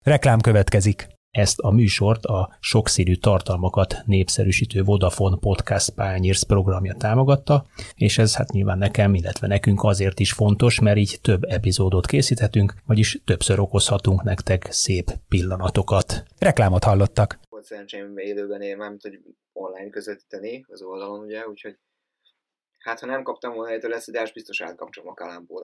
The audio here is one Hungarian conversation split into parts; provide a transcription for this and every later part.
Reklám következik. Ezt a műsort a sokszínű tartalmakat népszerűsítő Vodafone Podcast Pioneers programja támogatta, és ez hát nyilván nekem, illetve nekünk azért is fontos, mert így több epizódot készíthetünk, vagyis többször okozhatunk nektek szép pillanatokat. Reklámot hallottak. Volt szerencsém élőben mármint, hogy online közvetíteni az oldalon, ugye, úgyhogy hát ha nem kaptam volna helytől ezt, de biztos átkapcsolom a kalámból.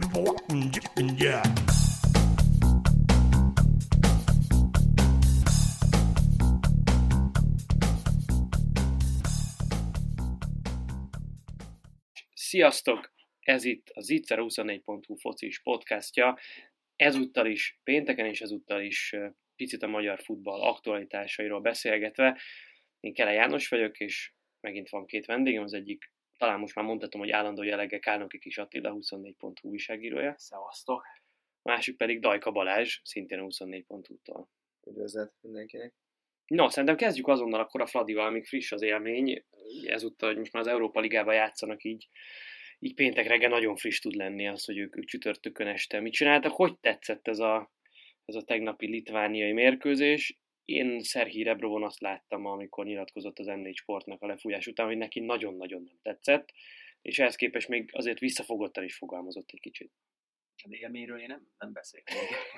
Sziasztok! Ez itt a Zicser24.hu focis podcastja. Ezúttal is pénteken és ezúttal is picit a magyar futball aktualitásairól beszélgetve. Én Kele János vagyok, és megint van két vendégem. Az egyik, talán most már mondhatom, hogy állandó jelleggel Kálnoki Kis Attila, 24.hu újságírója. Szevasztok! A másik pedig Dajka Balázs, szintén a 24.hu-tól. Üdvözlet mindenkinek! No, szerintem kezdjük azonnal akkor a Fradival, amíg friss az élmény. Ezúttal, hogy most már az Európa Ligában játszanak, így péntek reggel nagyon friss tud lenni az, hogy ők csütörtökön este mit csináltak. Hogy tetszett ez a tegnapi litvániai mérkőzés? Én Szerhij Rebrovon azt láttam, amikor nyilatkozott az M4 Sportnak a lefújás után, hogy neki nagyon-nagyon nem tetszett, és ehhez képest még azért visszafogottan is fogalmazott egy kicsit. Az élményről én nem beszélek.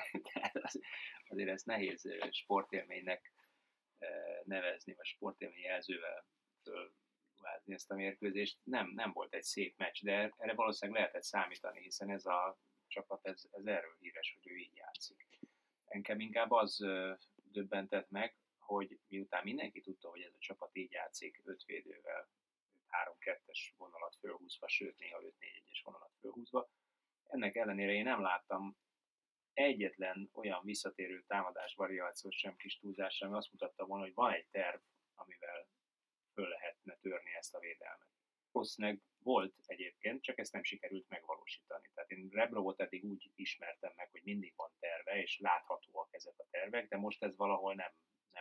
Azért ez nehéz sportélménynek nevezni, vagy sportélmény jelzővel fölvázni ezt a mérkőzést. Nem volt egy szép meccs, de erre valószínűleg lehetett számítani, hiszen ez a csapat ez erről híres, hogy ő így játszik. Engem inkább az döbbentett meg, hogy miután mindenki tudta, hogy ez a csapat így játszik, 5 védővel, 3-2-es vonalat fölhúzva, sőt néha 5-4-1-es vonalat fölhúzva, ennek ellenére én nem láttam egyetlen olyan visszatérő támadás variációt sem kis túlzásra, ami azt mutatta volna, hogy van egy terv, amivel föl lehetne törni ezt a védelmet. Valószínűleg volt egyébként, csak ezt nem sikerült megvalósítani. Tehát én Rebrovot eddig úgy ismertem meg, hogy mindig van terve, és láthatóak ezek a tervek, de most ez valahol nem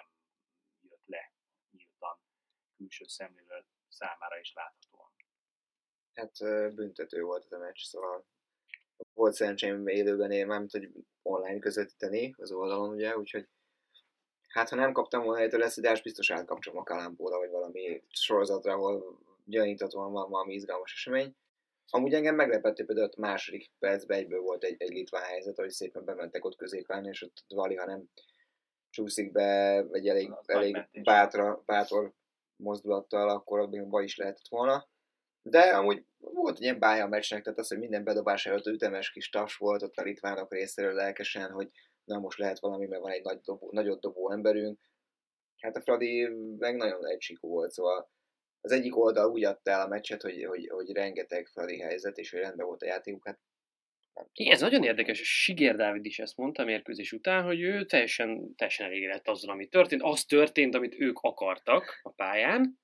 jött le nyíltan külső szemlélő számára is láthatóan. Hát büntető volt ez a meccs, szóval volt szerencsém élőben mármint, hogy online közvetíteni az oldalon, ugye, úgyhogy hát ha nem kaptam volna helytől ezt, de biztos átkapcsolom a kalámból, vagy valami sorozatra, ahol gyaníthatóan van valami izgalmas esemény. Amúgy engem meglepett, hogy például a második percben egyből volt egy litván helyzet, hogy szépen bementek ott középen, és ott Vali, ha nem csúszik be egy elég bátor mozdulattal, akkor ott baj is lehetett volna. De amúgy volt egy ilyen bája a meccsnek, tehát az, hogy minden bedobás előtt ütemes kis taps volt ott a litvánok részéről lelkesen, hogy na most lehet valami, mert van egy nagyot dobó emberünk. Hát a Fradi meg nagyon egysikú volt, szóval az egyik oldal úgy adta el a meccset, hogy rengeteg Fradi helyzet, és hogy rendben volt a játékuk, hát nem tudom. Igen, ez nagyon érdekes, és Siger Dávid is ezt mondta a mérkőzés után, hogy ő teljesen elégedett azzal, ami történt. Az történt, amit ők akartak a pályán,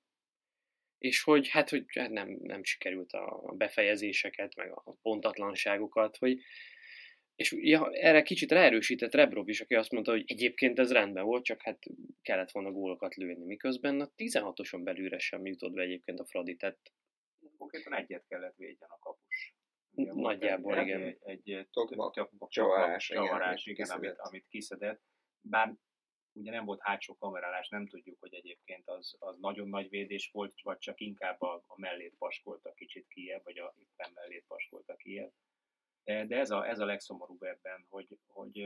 és hogy nem sikerült a befejezéseket, meg a pontatlanságokat, és erre kicsit ráerősített Rebrov is, aki azt mondta, hogy egyébként ez rendben volt, csak hát kellett volna gólokat lőni, miközben a 16-oson belülre sem jutott be egyébként a Fradi, tehát konkrétan egyet kellett védjen a kapus. Nagyjából, igen. Egy csavarás, igen, amit kiszedett, bár ugye nem volt hátsó kamerálás, nem tudjuk, hogy egyébként az nagyon nagy védés volt, vagy csak inkább a mellét paskolta kicsit kijebb, vagy éppen mellét paskolta kijebb. De ez a legszomorúbb ebben, hogy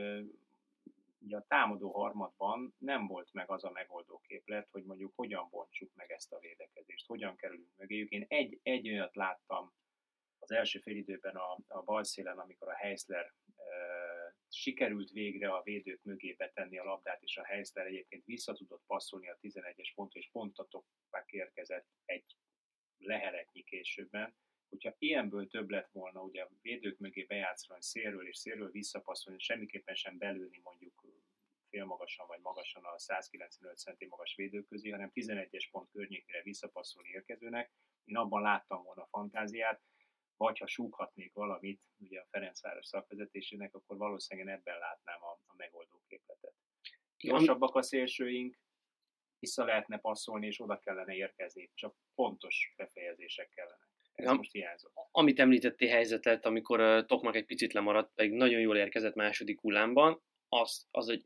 ugye a támadó harmadban nem volt meg az a megoldó képlet, hogy mondjuk hogyan bontsuk meg ezt a védekezést, hogyan kerülünk mögéjük. Én egy olyat láttam az első félidőben a bal szélen, amikor a Heisler sikerült végre a védők mögé betenni a labdát, és a Heisler egyébként vissza tudott passzolni a 11-es pontra, és pont a Topák érkezett egy leheletnyi későbben. Hogyha ilyenből több lett volna, ugye a védők mögé bejátszani szélről és szélről visszapasszolni, semmiképpen sem belőni mondjuk félmagasan vagy magasan a 195 cm magas védők közé, hanem 11-es pont környékére visszapasszolni érkezőnek. Én abban láttam volna a fantáziát, vagy ha súghatnék valamit ugye a Ferencváros szakvezetésének, akkor valószínűleg ebben látnám a megoldó képletet. Gyorsabbak a szélsőink, vissza lehetne passzolni, és oda kellene érkezni, csak pontos befejezések kellene. Ez most hiányzott. Amit említettél helyzetet, amikor Tokmak egy picit lemaradt, pedig nagyon jól érkezett második hullámban, az egy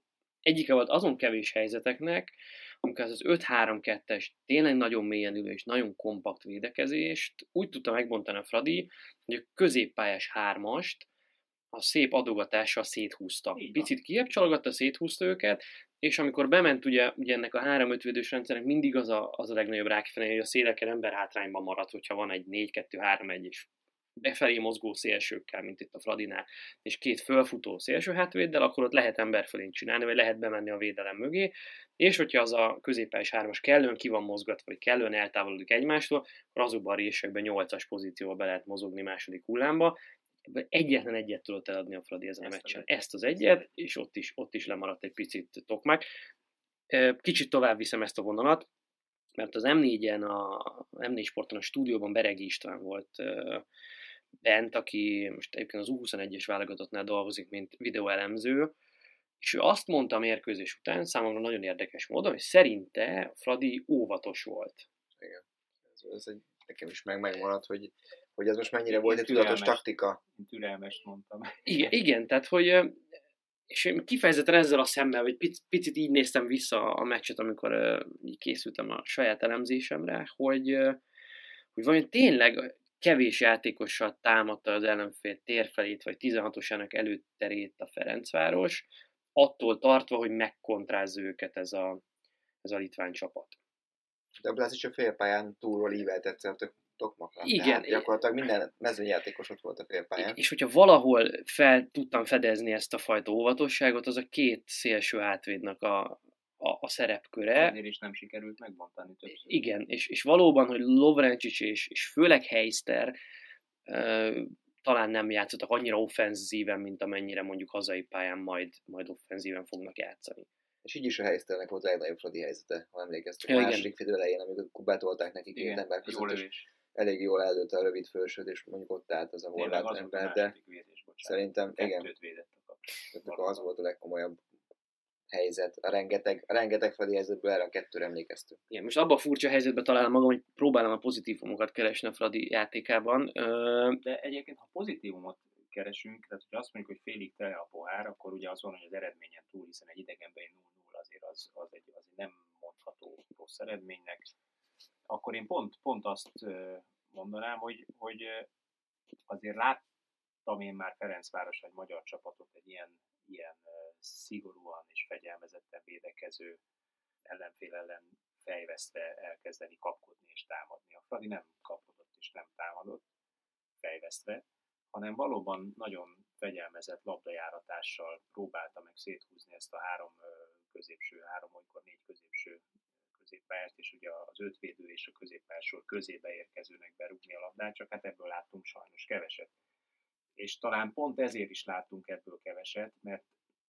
egyike volt azon kevés helyzeteknek, amikor az 5-3-2-es tényleg nagyon mélyen ülő és nagyon kompakt védekezést úgy tudta megbontani a Fradi, hogy a középpályás 3-ast a szép adogatással széthúzta. Picit kijebb csalogatta, széthúzta őket, és amikor bement ugye ennek a 3-5 védős rendszernek mindig az a legnagyobb rákifené, hogy a széleken ember hátrányban marad, hogyha van egy 4-2-3-1 és befelé mozgó szélsőkkel, mint itt a Fradinál, és 2 fölfutó szélső hátvéddel, akkor ott lehet ember fölén csinálni, vagy lehet bemenni a védelem mögé, és hogyha az a középpályás 3-as kellően ki van mozgatva, vagy kellően eltávolodik egymástól, akkor azokban a résekben 8-as pozícióba be lehet mozogni második hullámba. Egyetlen egyet tudott eladni a Fradi ezen a meccsen. Ezt az egyet, és ott is lemaradt egy picit Tokmak. Kicsit tovább viszem ezt a vonalat, mert az M4-en, a M4 Sporton a stúdióban Beregi István volt bent, aki most egyébként az U21-es válogatottnál dolgozik, mint videóelemző, és ő azt mondta a mérkőzés után, számomra nagyon érdekes módon, hogy szerinte Fradi óvatos volt. Igen. Ez nekem is megmaradt, hogy ez most mennyire volt egy tudatos taktika. Türelmest mondtam. Igen, tehát hogy és én kifejezetten ezzel a szemmel, vagy picit így néztem vissza a meccset, amikor így készültem a saját elemzésemre, hogy vajon tényleg kevés játékossal támadta az ellenfél térfelét, vagy 16-osának előterét a Ferencváros, attól tartva, hogy megkontrázza őket ez a litván csapat. De Blasic a félpályán túlról íveltett a Tokmaknak. Igen. Gyakorlatilag minden mezőnyjátékos ott volt a félpályán. És hogyha valahol fel tudtam fedezni ezt a fajta óvatosságot, az a 2 szélső hátvédnek a szerepköre. Ezért is nem sikerült megbontani többször. Igen, és valóban, hogy Lovrencic és főleg Heister talán nem játszottak annyira offenzíven, mint amennyire mondjuk hazai pályán majd offenzíven fognak játszani. És így is a Heisternek volt a legnagyobb Fradi helyzete, ha emlékeztek. Ja, a második fél elején, amikor betolták nekik két ember között, és elég jól eldőlte a rövid fölsőt, és mondjuk ott állt az a horvát ember, de szerintem igen, az volt a legkomolyabb helyzet. A rengeteg Fradi helyzetből erre a 2-re emlékeztünk. Igen, most abban a furcsa helyzetben találom magam, hogy próbálom a pozitívumokat keresni a Fradi játékában. De egyébként, ha pozitívumot keresünk, tehát hogy azt mondjuk, hogy félig tele a pohár, akkor ugye az van, hogy az eredményen túl, hiszen egy idegenben 0-0 azért az egy nem mondható rossz eredménynek. Akkor én pont azt mondanám, hogy azért láttam én már Ferencváros vagy magyar csapatot egy ilyen szigorúan és fegyelmezetten védekező ellenfél ellen fejvesztve elkezdeni kapkodni és támadni. A Fradi nem kapkodott és nem támadott fejvesztve, hanem valóban nagyon fegyelmezett labdajáratással próbálta meg széthúzni ezt a 3 olykor 4 középső középpályást, és ugye az 5 védő és a középpályásor közébe érkezőnek berúgni a labdát, csak hát ebből láttunk sajnos keveset. És talán pont ezért is láttunk ebből keveset, mert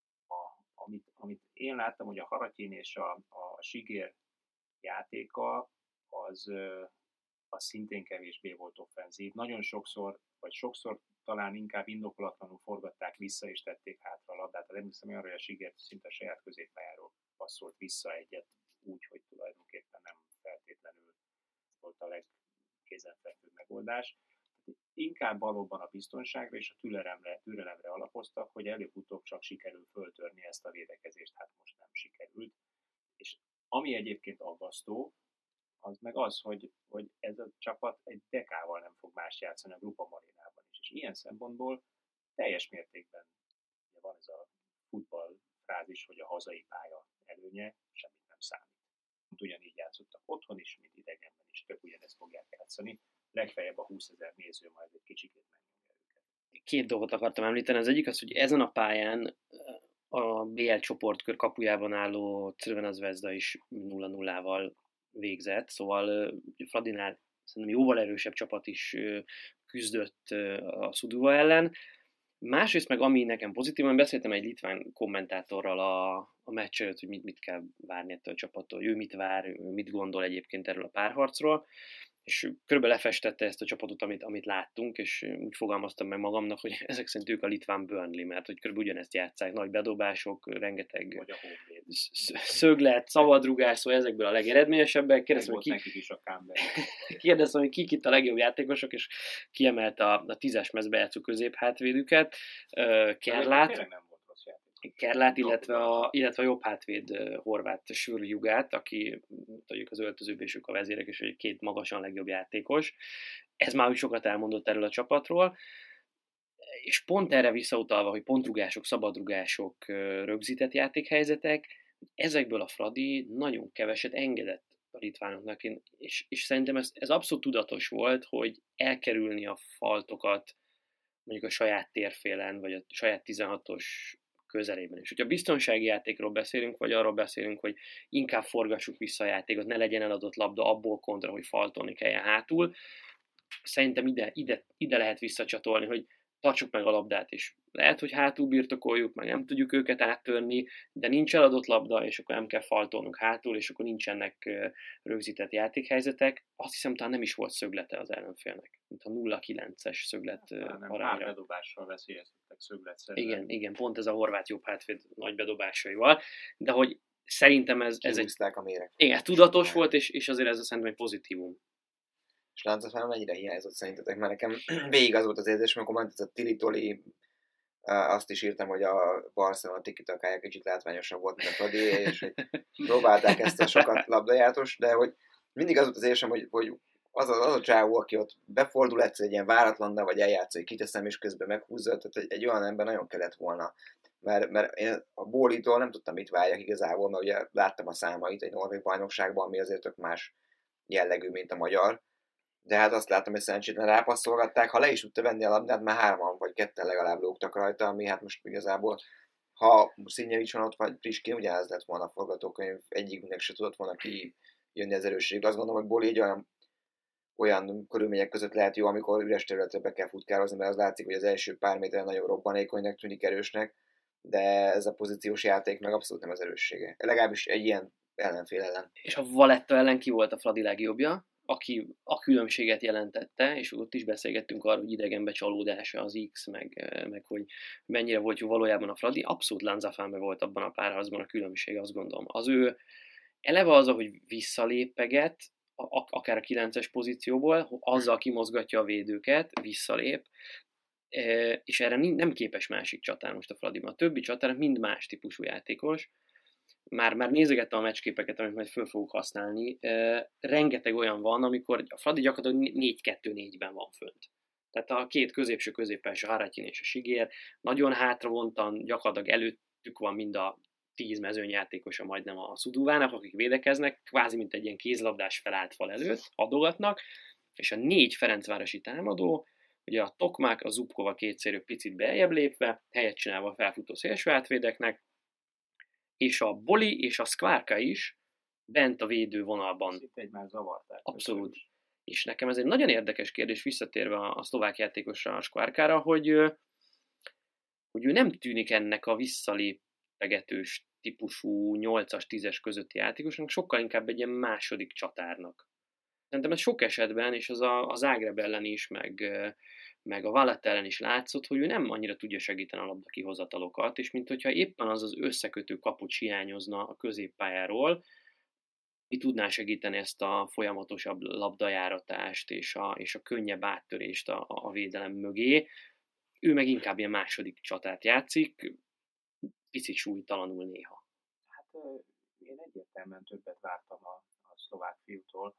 amit én láttam, hogy a Haratyin és a Sigér játéka az szintén kevésbé volt offenzív. Nagyon sokszor talán inkább indokolatlanul forgatták vissza és tették hátra a labdát. Emlékszem arra, hogy a Sigér szinte a saját középpályáról passzolt vissza egyet úgy, hogy tulajdonképpen nem feltétlenül volt a legkézenfekvőbb megoldás. Inkább valóban a biztonságra és a türelemre alapoztak, hogy előbb-utóbb csak sikerül föltörni ezt a védekezést, hát most nem sikerült. És ami egyébként aggasztó, az meg az, hogy ez a csapat egy dekával nem fog más játszani a Grupa Marinában is. És ilyen szempontból teljes mértékben van ez a futball frázis, hogy a hazai pálya előnye semmit nem számít. Ugyanígy játszottak otthon is, mint idegenben is, tök ugyanezt fogják játszani. Legfeljebb a 20 000 néző majd egy kicsikét megnyomja őket. 2 dolgot akartam említeni. Az egyik az, hogy ezen a pályán a BL csoportkör kapujában álló Crvena Zvezda is 0-0-val végzett, szóval Fradinál szerintem jóval erősebb csapat is küzdött a Sudova ellen. Másrészt meg ami nekem pozitívan, beszéltem egy litván kommentátorral a meccs előtt, hogy mit kell várni ettől a csapattól, ő mit vár, ő mit gondol egyébként erről a párharcról, és körülbelül lefestette ezt a csapatot, amit láttunk, és úgy fogalmaztam meg magamnak, hogy ezek szerint ők a litván Burnley, mert hogy körülbelül ugyanezt játsszák, nagy bedobások, rengeteg szöglet, szabadrugás, szóval ezekből a legeredményesebbek. Kérdeztem, hogy kik itt a legjobb játékosok, és kiemelte a 10-es mezbe játszó középhátvédüket, Kerlát. Kerlát, illetve a jobb hátvéd Horváth Sürjugát, aki tudjuk az öltözőben és ők a vezérek, és egy két magasan legjobb játékos. Ez már úgy sokat elmondott erről a csapatról, és pont erre visszautalva, hogy pontrugások, szabadrugások, rögzített játékhelyzetek, ezekből a Fradi nagyon keveset engedett a litvánoknak, és szerintem ez abszolút tudatos volt, hogy elkerülni a faltokat mondjuk a saját térfélen, vagy a saját 16-os közelében. És hogyha biztonsági játékról beszélünk, vagy arról beszélünk, hogy inkább forgassuk vissza a játékot, ne legyen eladott labda abból kontra, hogy faltolni kelljen hátul, szerintem ide lehet visszacsatolni, hogy tartsuk meg a labdát is. Lehet, hogy hátul birtokoljuk, meg nem tudjuk őket áttörni, de nincs eladott labda, és akkor nem kell faltolnunk hátul, és akkor nincsenek rögzített játékhelyzetek. Azt hiszem, talán nem is volt szöglete az ellenfélnek, mint a 0-9-es szöglet arányra. Bedobással veszélyeztettek szögletszerűen. Igen, pont ez a horvát jobb hátvéd nagy bedobásaival, de hogy szerintem ez egy... a méreg. Igen, tudatos volt, és azért ez szerintem egy pozitívum. És Lancafán mennyire hiányzott szerintetek? Mert nekem végig az volt az érzés, amikor ment ez a Tili-Toli, azt is írtam, hogy a Barcelona tiki-takája kicsit látványosabb volt, mint a Fradi, és hogy próbálták ezt a sokat labdajátos, de hogy mindig az volt az érzésem, hogy az a csávó, aki ott befordul egyszer egy ilyen váratlanra, vagy eljátszó, hogy kiteszem, és közben meghúzza, tehát egy olyan ember nagyon kellett volna. Mert én a Bólitól nem tudtam mit várjak igazából, mert ugye láttam a számait egy norvég bajnokságban, ami azért tök más jellegű, mint a magyar. De hát azt láttam, hogy szerencsétlen rápasszolgatták, ha le is tudta venni a labdát, már 3-an vagy 2-en legalább lógtak rajta, ami hát most igazából, ha Színyevics van ott, vagy Priskin, ugye ez lett volna a forgatókönyv, egyikünknek se tudott volna kijönni az erősség. Azt gondolom, hogy Boli egy olyan körülmények között lehet jó, amikor üres területre be kell futkározni, mert az látszik, hogy az első pár méteren nagyon robbanékonynak tűnik, erősnek, de ez a pozíciós játék meg abszolút nem az erőssége. Legalábbis egy ilyen ellenfél ellen. És a Valletta ellen ki volt a Fradi legjobbja, aki a különbséget jelentette, és ott is beszélgettünk arról, hogy idegenbe csalódása az X, meg hogy mennyire volt jó valójában a Fradi. Abszolút Lanzafame volt abban a párharcban a különbség, azt gondolom. Az ő eleve az, hogy visszalépeget, akár a 9-es pozícióból, azzal kimozgatja a védőket, visszalép, és erre nem képes másik csatár most a Fradiban. A többi csatár mind más típusú játékos. Már nézegettem a meccsképeket, amit majd föl fogok használni. Rengeteg olyan van, amikor a Fradi gyakorlatilag 4-2-4-ben van fönt. Tehát a két középső középpes, a Haratin és a Sigér nagyon hátravontan, gyakorlatilag előttük van mind a 10 mezőnyjátékosa majdnem a Szudúvának, akik védekeznek, kvázi mint egy ilyen kézlabdás felállt fal előtt, adogatnak, és a 4 ferencvárosi támadó, ugye a Tokmák, a Zubkova kétszerű picit beljebb lépve, helyet csinálva a felfutó szélső átvédeknek, és a Boli és a Skvárka is bent a védővonalban. Itt egymás zavarták. Abszolút. És nekem ez egy nagyon érdekes kérdés, visszatérve a szlovák játékosra, a Skvárkára, hogy ő nem tűnik ennek a visszalépegetős típusú 8-as, 10-es közötti játékosnak, sokkal inkább egy ilyen második csatárnak. Szerintem ez sok esetben, és az Zágráb ellen is, meg a Valletta ellen is látszott, hogy ő nem annyira tudja segíteni a labda kihozatalokat, és mint hogyha éppen az összekötő kapucs hiányozna a középpályáról, ki tudná segíteni ezt a folyamatosabb labdajáratást és a könnyebb áttörést a védelem mögé. Ő meg inkább ilyen második csatát játszik, picit súlytalanul néha. Hát én egyértelműen többet vártam a szlovák fiútól,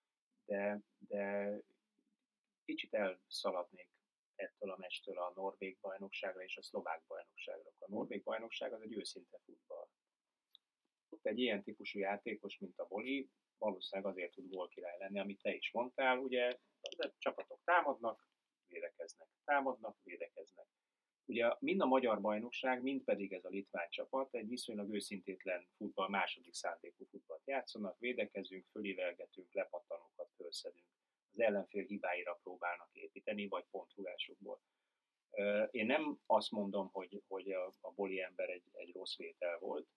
de kicsit elszaladnék ettől a meccstől a norvég bajnokságra és a szlovák bajnokságra. A norvég bajnokság az egy őszinte futball. Ott egy ilyen típusú játékos, mint a Boli, valószínűleg azért tud gólkirály lenni, amit te is mondtál, ugye a csapatok támadnak, védekeznek, támadnak, védekeznek. Ugye mind a magyar bajnokság, mind pedig ez a litván csapat egy viszonylag őszintétlen futball, második szándékú futballt játszanak, védekezünk, fölívelgetünk, lepattanókat fölszedünk. Az ellenfél hibáira próbálnak építeni, vagy pontrugásokból. Én nem azt mondom, hogy a Boli ember egy rossz vétel volt,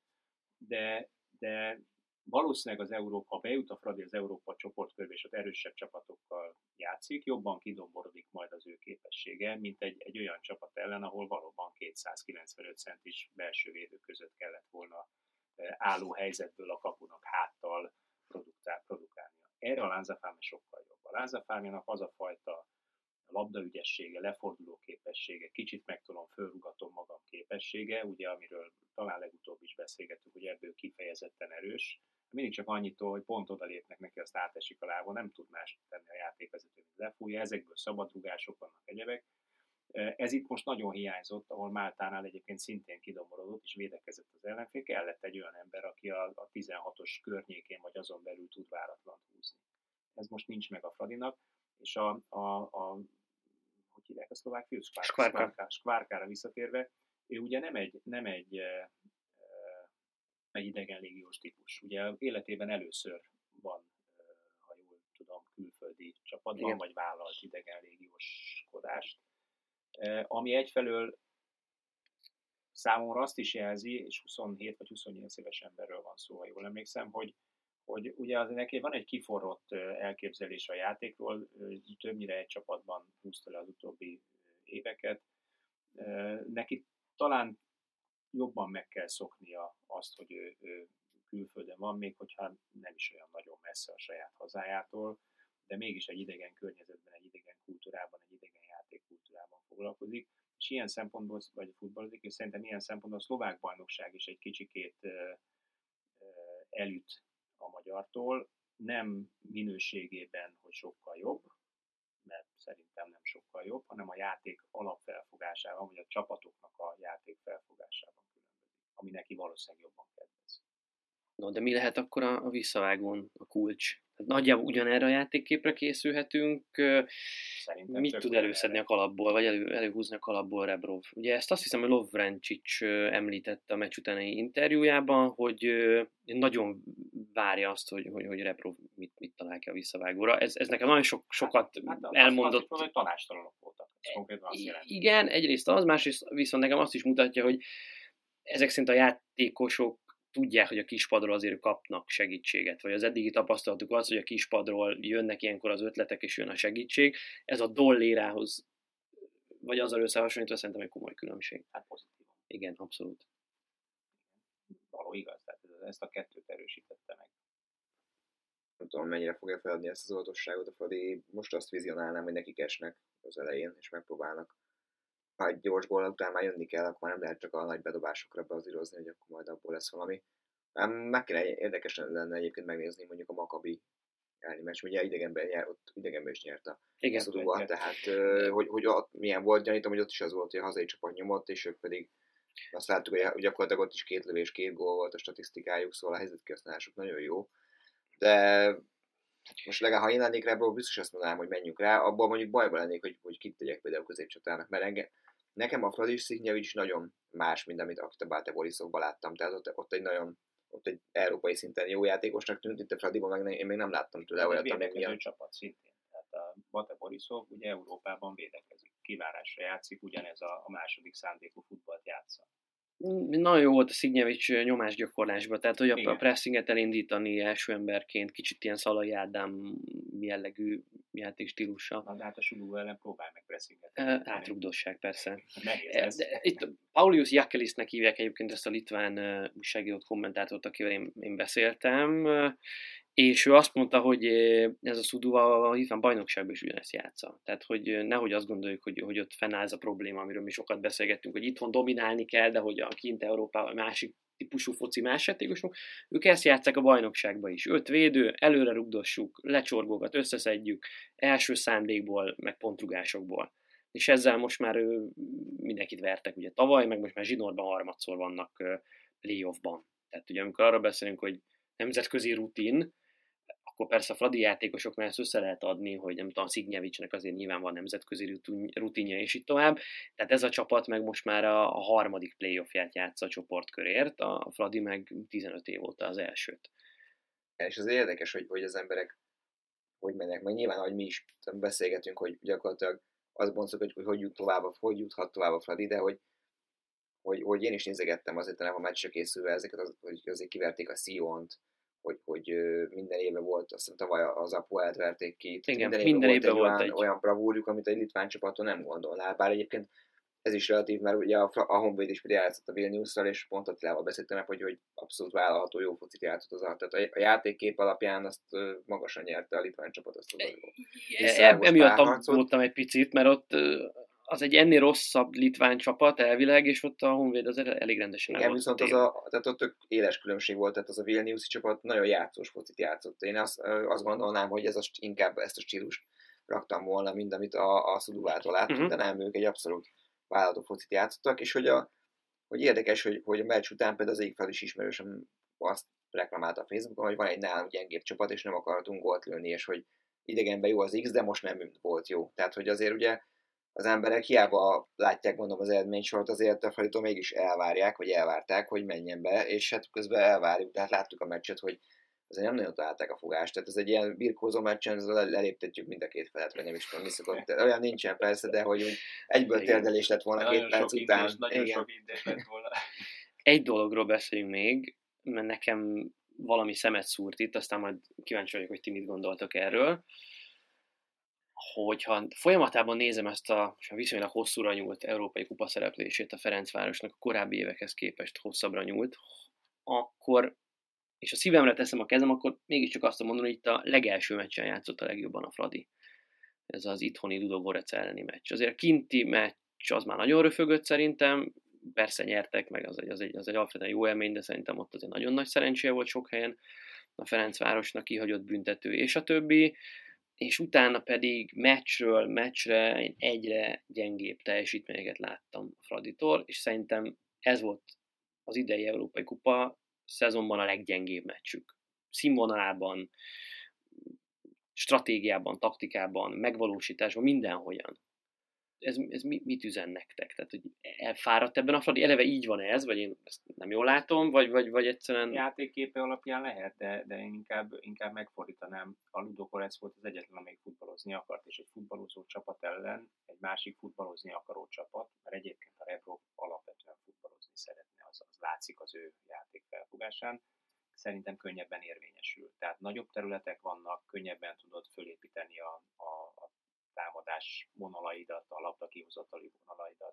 de valószínűleg ha bejut a Fradi az Európa csoportkörbe, és ott erősebb csapatokkal játszik, jobban kidomborodik majd az ő képessége, mint egy olyan csapat ellen, ahol valóban 295 centis belső védő között kellett volna álló helyzetből a kapunak háttal produkálnia. Erre a Lanzafame sokkal jobb. A Lanzafame-nak az a fajta labdaügyessége, leforduló képessége, kicsit megtudom, fölrugatom magam képessége, ugye amiről talán legutóbb is beszélgettük, hogy ebből kifejezetten erős. Mindig csak annyitól, hogy pont oda lépnek neki, azt átesik a lábon, nem tud más tenni a játékvezető, mint lefújja, ezekből szabadrugások vannak, egyebek. Ez itt most nagyon hiányzott, ahol Máltánál egyébként szintén kidomorodott, és védekezett az ellenfél, kellett egy olyan ember, aki a 16-os környékén, vagy azon belül tud váratlant húzni. Ez most nincs meg a Fradinak, és hogy hívják a szlovák fiú? Skvárkára visszatérve, ő ugye nem egy idegen légiós típus. Ugye életében először van, ha jól tudom, külföldi csapatban, igen, vagy vállalt idegen légióskodást. Ami egyfelől számomra azt is jelzi, és 27 vagy 28 éves emberről van szó, ha jól emlékszem, hogy ugye azért neki van egy kiforrott elképzelés a játékról, többnyire egy csapatban húzta le az utóbbi éveket. Neki talán jobban meg kell szoknia azt, hogy ő külföldön van, még hogyha nem is olyan nagyon messze a saját hazájától, de mégis egy idegen környezetben, egy idegen kultúrában, egy idegen játékkultúrában foglalkozik, és ilyen szempontból, vagy futballozik, és szerintem ilyen szempontból a szlovák bajnokság is egy kicsikét elüt a magyartól, nem minőségében, hogy sokkal jobb, mert szerintem nem sokkal jobb, hanem a játék alapfelfogásában, vagy a csapatoknak a játék felfogásában különbözik, ami neki valószínűleg jobban kedvez. No, de mi lehet akkor a visszavágón a kulcs? Tehát nagyjából ugyanerre a játékképre készülhetünk. Szerintem mit tud előszedni a kalapból, vagy előhúzni a kalapból Rebrov? Ugye ezt azt hiszem, hogy Lovrencsics említette a meccs utáni interjújában, hogy nagyon várja azt, hogy Rebrov mit talál ki a visszavágóra. Ez nekem nagyon sokat elmondott. Azt hogy tanástalanok voltak. Konkrétan azt jelenti. Igen, egyrészt az, másrészt viszont nekem azt is mutatja, hogy ezek szerint a játékosok tudják, hogy a kispadról azért kapnak segítséget, vagy az eddigi tapasztalatuk az, hogy a kispadról jönnek ilyenkor az ötletek, és jön a segítség. Ez a Dollérához, vagy azzal összehasonlítva szerintem egy komoly különbség. Hát pozitív. Igen, abszolút. Való igaz, tehát ezt a kettőt erősítette meg. Nem tudom, mennyire fogja feladni ezt az óvatosságot a Fradi. Most azt vizionálnám, hogy nekik esnek az elején, és megpróbálnak. Ha egy gyors gól után már jönni kell, akkor nem lehet csak a nagy bedobásokra beazírozni, hogy akkor majd abból lesz valami. Meg kéne érdekes lenne egyébként megnézni mondjuk a Maccabi elleni meccs, ugye idegenben is nyert a Szuduba, tehát hogy ott milyen volt, gyanítom, hogy ott is az volt, hogy a hazai csapat nyomott, és ők pedig azt láttuk, hogy gyakorlatilag ott is 2 lövés, 2 gól volt a statisztikájuk, szóval a helyzetkihasználásuk nagyon jó. De most legalább, ha én lennék rá, biztos azt mondanám, hogy menjünk rá, abban mondjuk bajban lennék, hogy kit tegyek például középcsatának, mert nekem a Fradi Szignievics nagyon más, mint amit a Bate Borisovban láttam, tehát ott egy európai szinten jó játékosnak tűnt, itt a Fradiban én még nem láttam tőle olyat, ami miatt. Csapat szintén, tehát a Bate Borisov ugye Európában védekezik, kivárásra játszik, ugyanez a második szándékú futballt játsza. Nagyon jó volt a Szignievics nyomásgyakorlásban, tehát hogy a pressinget elindítani első emberként, kicsit ilyen Szalai Ádám jellegű játékstílusa. Na, de hát a Sudú ellen próbálj meg pressinget. Átrugdosság, persze. Nehéz ez. Itt Paulius Jakelisnek hívják egyébként ezt a litván újságírót, kommentátort, akivel én beszéltem, és ő azt mondta, hogy ez a Sudúval a litván bajnokságban is ugyanezt játsza. Tehát, hogy nehogy azt gondoljuk, hogy ott fennáll ez a probléma, amiről mi sokat beszélgettünk, hogy itthon dominálni kell, de hogy a kint Európában másik típusú foci más játékosok, ők ezt játsszák a bajnokságban is. 5 védő, előre rugdossuk, lecsorgókat összeszedjük, első szándékból, meg pontrugásokból. És ezzel most már mindenkit vertek ugye tavaly, meg most már zsinórban harmadszor vannak playoffban. Tehát ugye amikor arra beszélünk, hogy nemzetközi rutin, akkor persze a Fradi játékosoknál ezt össze lehet adni, hogy nem tudom, a Szignievicsnek azért nyilván van nemzetközi rutinja, és így tovább. Tehát ez a csapat meg most már a harmadik playoffját játsza a csoportkörért, a Fradi meg 15 év óta az elsőt. És az érdekes, hogy az emberek hogy mennek, meg nyilván, ahogy mi is beszélgetünk, hogy gyakorlatilag azt boncoljuk, hogy juthat tovább a Fradi, de hogy én is nézegettem azért a meccsre készülve ezeket, hogy azért kiverték a Siont, hogy minden éve volt, azt hiszem tavaly az Apoelt verték ki. Igen, minden éve volt egy olyan bravúrjuk, amit egy litván csapaton nem gondolnál, bár egyébként ez is relatív, mert ugye a Honvéd is például játszott a Vilniusszal, és pont Attilával beszéltem, hogy abszolút vállalható jó focit játszott az tehát a játékkép alapján azt magasan nyerte a litván csapat. Emiatt aggódtam egy picit, mert ott az egy ennél rosszabb litván csapat elvileg, és ott a Honvéd az elég rendesen Igen, viszont tehát ott tök éles különbség volt, tehát az a Vilniuszi csapat nagyon játszós focit játszott. Én azt gondolnám, hogy inkább ezt a stílust raktam volna, mint amit a Szuduvától láttunk, de nem, ők egy abszolút vállalatú focit játszottak, és hogy érdekes, hogy a meccs után például az egyik fel is ismerősen azt reklamálta a Facebookon, hogy van egy nálunk gyengébb csapat, és nem akartunk gólt lőni, és hogy idegenben jó az X, de most nem volt jó. Tehát, hogy azért ugye az emberek hiába látják, mondom, az eredménysort, azért a Fraditól mégis elvárják, vagy elvárták, hogy menjen be, és hát közben elvárjuk, tehát láttuk a meccset, hogy azért nem nagyon találták a fogást, tehát ez egy ilyen birkózó meccsen, leléptetjük mind a két felet, vagy nem is tudom, mi szokott. Olyan nincsen persze, de hogy egyből térdelés lett volna 2 perc után. Nagyon sok indés lett volna. Egy dologról beszéljünk még, mert nekem valami szemet szúrt itt, aztán majd kíváncsi vagyok, hogy ti mit gondoltok erről. Hogyha folyamatában nézem ezt a viszonylag hosszúra nyúlt európai kupa szereplését a Ferencvárosnak, a korábbi évekhez képest hosszabbra nyúlt, akkor, és a szívemre teszem a kezem, akkor mégiscsak azt mondom, hogy itt a legelső meccsen játszott a legjobban a Fradi. Ez az itthoni Ludogorec elleni meccs. Azért a kinti meccs az már nagyon röfögött szerintem, persze nyertek, meg az egy alapvetően jó élmény, de szerintem ott azért nagyon nagy szerencséje volt sok helyen a Ferencvárosnak, kihagyott büntető és a többi, és utána pedig meccsről meccsre én egyre gyengébb teljesítményeket láttam a Fraditól, és szerintem ez volt az idei Európai Kupa szezonban a leggyengébb meccsük. Színvonalában, stratégiában, taktikában, megvalósításban, mindenhogyan. Ez mit üzen nektek? Tehát, hogy elfáradt ebben a Fradi? Eleve így van ez, vagy én ezt nem jól látom, vagy egyszerűen... Játékképe alapján lehet, de én inkább megfordítanám. A Ludogorec volt az egyetlen, amelyik futballozni akart, és egy futballozó csapat ellen egy másik futballozni akaró csapat, mert egyébként a Rebro alapvetően futballozni szeretne, az látszik az ő játékfelfogásán. Szerintem könnyebben érvényesül. Tehát nagyobb területek vannak, könnyebben tudod fölépíteni a támadás vonalaidat, a labda kihozatali vonalaidat.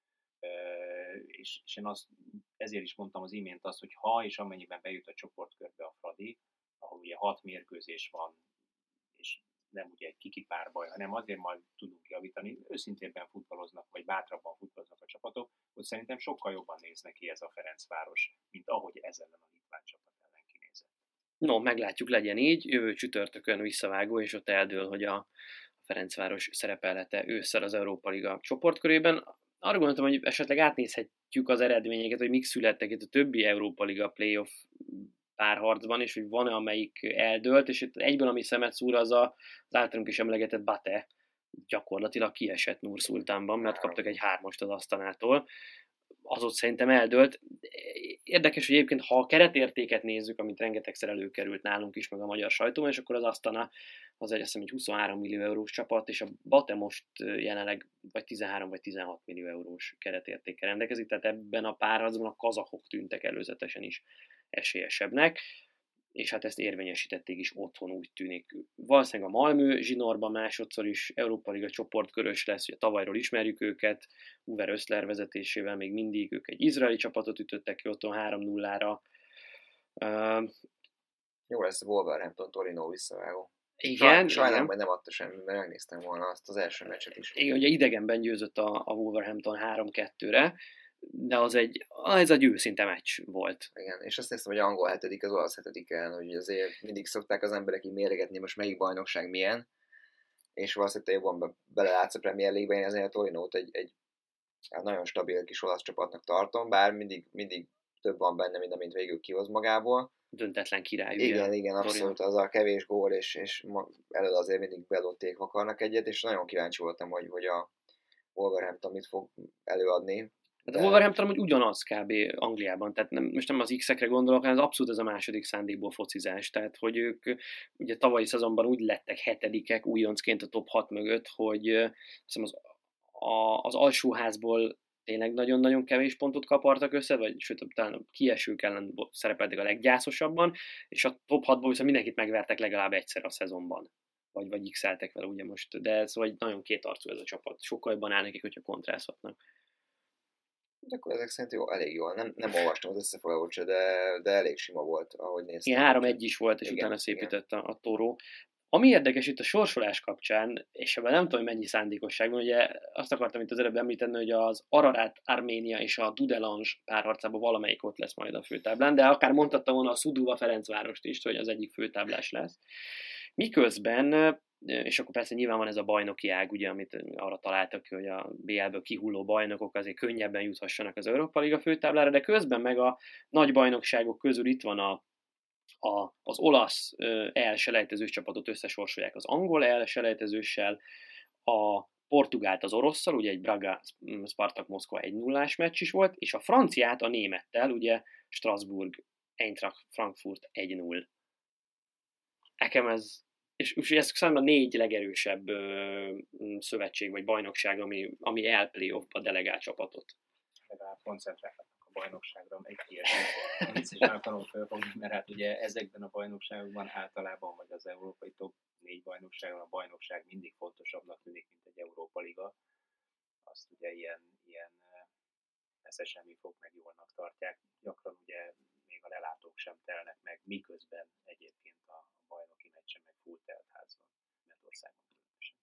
És én ezért is mondtam az imént azt, hogy ha és amennyiben bejut a csoportkörbe a Fradi, ahol ugye 6 mérkőzés van, és nem ugye egy kikipárbaj, hanem azért majd tudunk javítani, őszintébben futballoznak, vagy bátrabban futballoznak a csapatok, hogy szerintem sokkal jobban néznek ki ez a Ferencváros, mint ahogy ez ellen a litván csapat ellen kinézett. No, meglátjuk, legyen így. Jövő csütörtökön visszavágó, és ott eldől, hogy a Ferencváros szerepelete ősszel az Európa Liga csoportkörében. Arra gondoltam, hogy esetleg átnézhetjük az eredményeket, hogy mik születtek itt a többi Európa Liga playoff párharcban, és hogy van-e, amelyik eldőlt, és itt egyben, ami szemet szúr, az általunk is emlegetett Bate gyakorlatilag kiesett Nur-Szultánban, mert kaptak egy 3-ast az Asztanától. Az ott szerintem eldőlt. Érdekes, hogy egyébként, ha a keretértéket nézzük, amit rengetegszer előkerült nálunk is, meg a magyar sajtóban, és akkor az Asztana az egy, azt hiszem, egy 23 millió eurós csapat, és a Bate most jelenleg vagy 13 vagy 16 millió eurós keretértékkel rendelkezik, tehát ebben a párharcban a kazahok tűntek előzetesen is esélyesebbnek, és hát ezt érvényesítették is otthon, úgy tűnik. Valószínűleg a Malmö zsinórban másodszor is Európa Liga csoportkörös lesz, ugye tavalyról ismerjük őket, Uwe Rössler vezetésével még mindig, ők egy izraeli csapatot ütöttek ki otthon 3-0-ra. Jó lesz a Wolverhampton Torino visszavágó. Igen. Sajnálom, hogy nem adta semmi, mert megnéztem volna azt az első meccset is. Igen, ugye idegenben győzött a Wolverhampton 3-2-re, de ez egy őszinte meccs volt. Igen, és azt néztem, hogy angol 7. az olasz 7. ellen, hogy azért mindig szokták az emberek így méregetni, most melyik bajnokság milyen, és valószínűleg jobban belelátsz a Premier League-ben, én azért a Torinót egy nagyon stabil kis olasz csapatnak tartom, bár mindig több van benne, mint amint végül kihoz magából. Döntetlen király. Igen, abszolút az a kevés gól, és elől azért mindig belotték akarnak egyet, és nagyon kíváncsi voltam, hogy a Wolverhampton mit fog előadni. De a Wolverhampton hogy ugyanaz kb. Angliában, tehát most nem az X-ekre gondolok, hanem az abszolút ez a második szándékból focizás, tehát hogy ők ugye tavalyi szezonban úgy lettek 7-ek újoncként a top 6 mögött, hogy az alsóházból tényleg nagyon-nagyon kevés pontot kapartak össze, vagy sőt, talán a kiesők ellen szerepeltek a leggyászosabban, és a top 6-ból viszont mindenkit megvertek legalább egyszer a szezonban. Vagy X-eltek vele ugye most, de szóval nagyon kétarcú ez a csapat. Sokkal jobban áll nekik, hogyha kontrázhatnak. De akkor ezek szerint elég jól. Nem olvastam az összefoglalót, de elég sima volt, ahogy néztem. Igen, 3-1 is volt, és igen, utána szépített a Toro. Ami érdekes itt a sorsolás kapcsán, és ebben nem tudom, hogy mennyi szándékosság van, ugye azt akartam itt az előbb említeni, hogy az Ararat Arménia és a Dudelange párharcában valamelyik ott lesz majd a főtáblán, de akár mondhattam volna a Sudova Ferencvárost is, hogy az egyik főtáblás lesz. Miközben, és akkor persze nyilván van ez a bajnoki ág, ugye, amit arra találtak, hogy a BL-ből kihulló bajnokok azért könnyebben juthassanak az Európa Liga főtáblára, de közben meg a nagy bajnokságok közül itt van az olasz elselejtezős csapatot összesorsolják az angol elselejtezőssel, a portugált az orosszal, ugye egy Braga Spartak Moszkva 1-0-ás meccs is volt, és a franciát a némettel, ugye Strasbourg Eintracht Frankfurt 1-0. Nekem ez, és ez számomra a 4 legerősebb szövetség vagy bajnokság, ami el-playoff-ba delegál csapatot. Legalább koncentrálnak a bajnokságra, egy kérdés. Vicces nem akarom felfogni, mert hát ugye ezekben a bajnokságokban általában, vagy az európai top 4 bajnokságon a bajnokság mindig fontosabbnak tűnik, mint egy Európa Liga. Azt ugye ilyen eszesen fog meg jólnak tartják. Gyakran ugye még a lelátók sem telnek meg, miközben egyébként a bajnoki meccsen meg full telt ház van, Németországban különösen.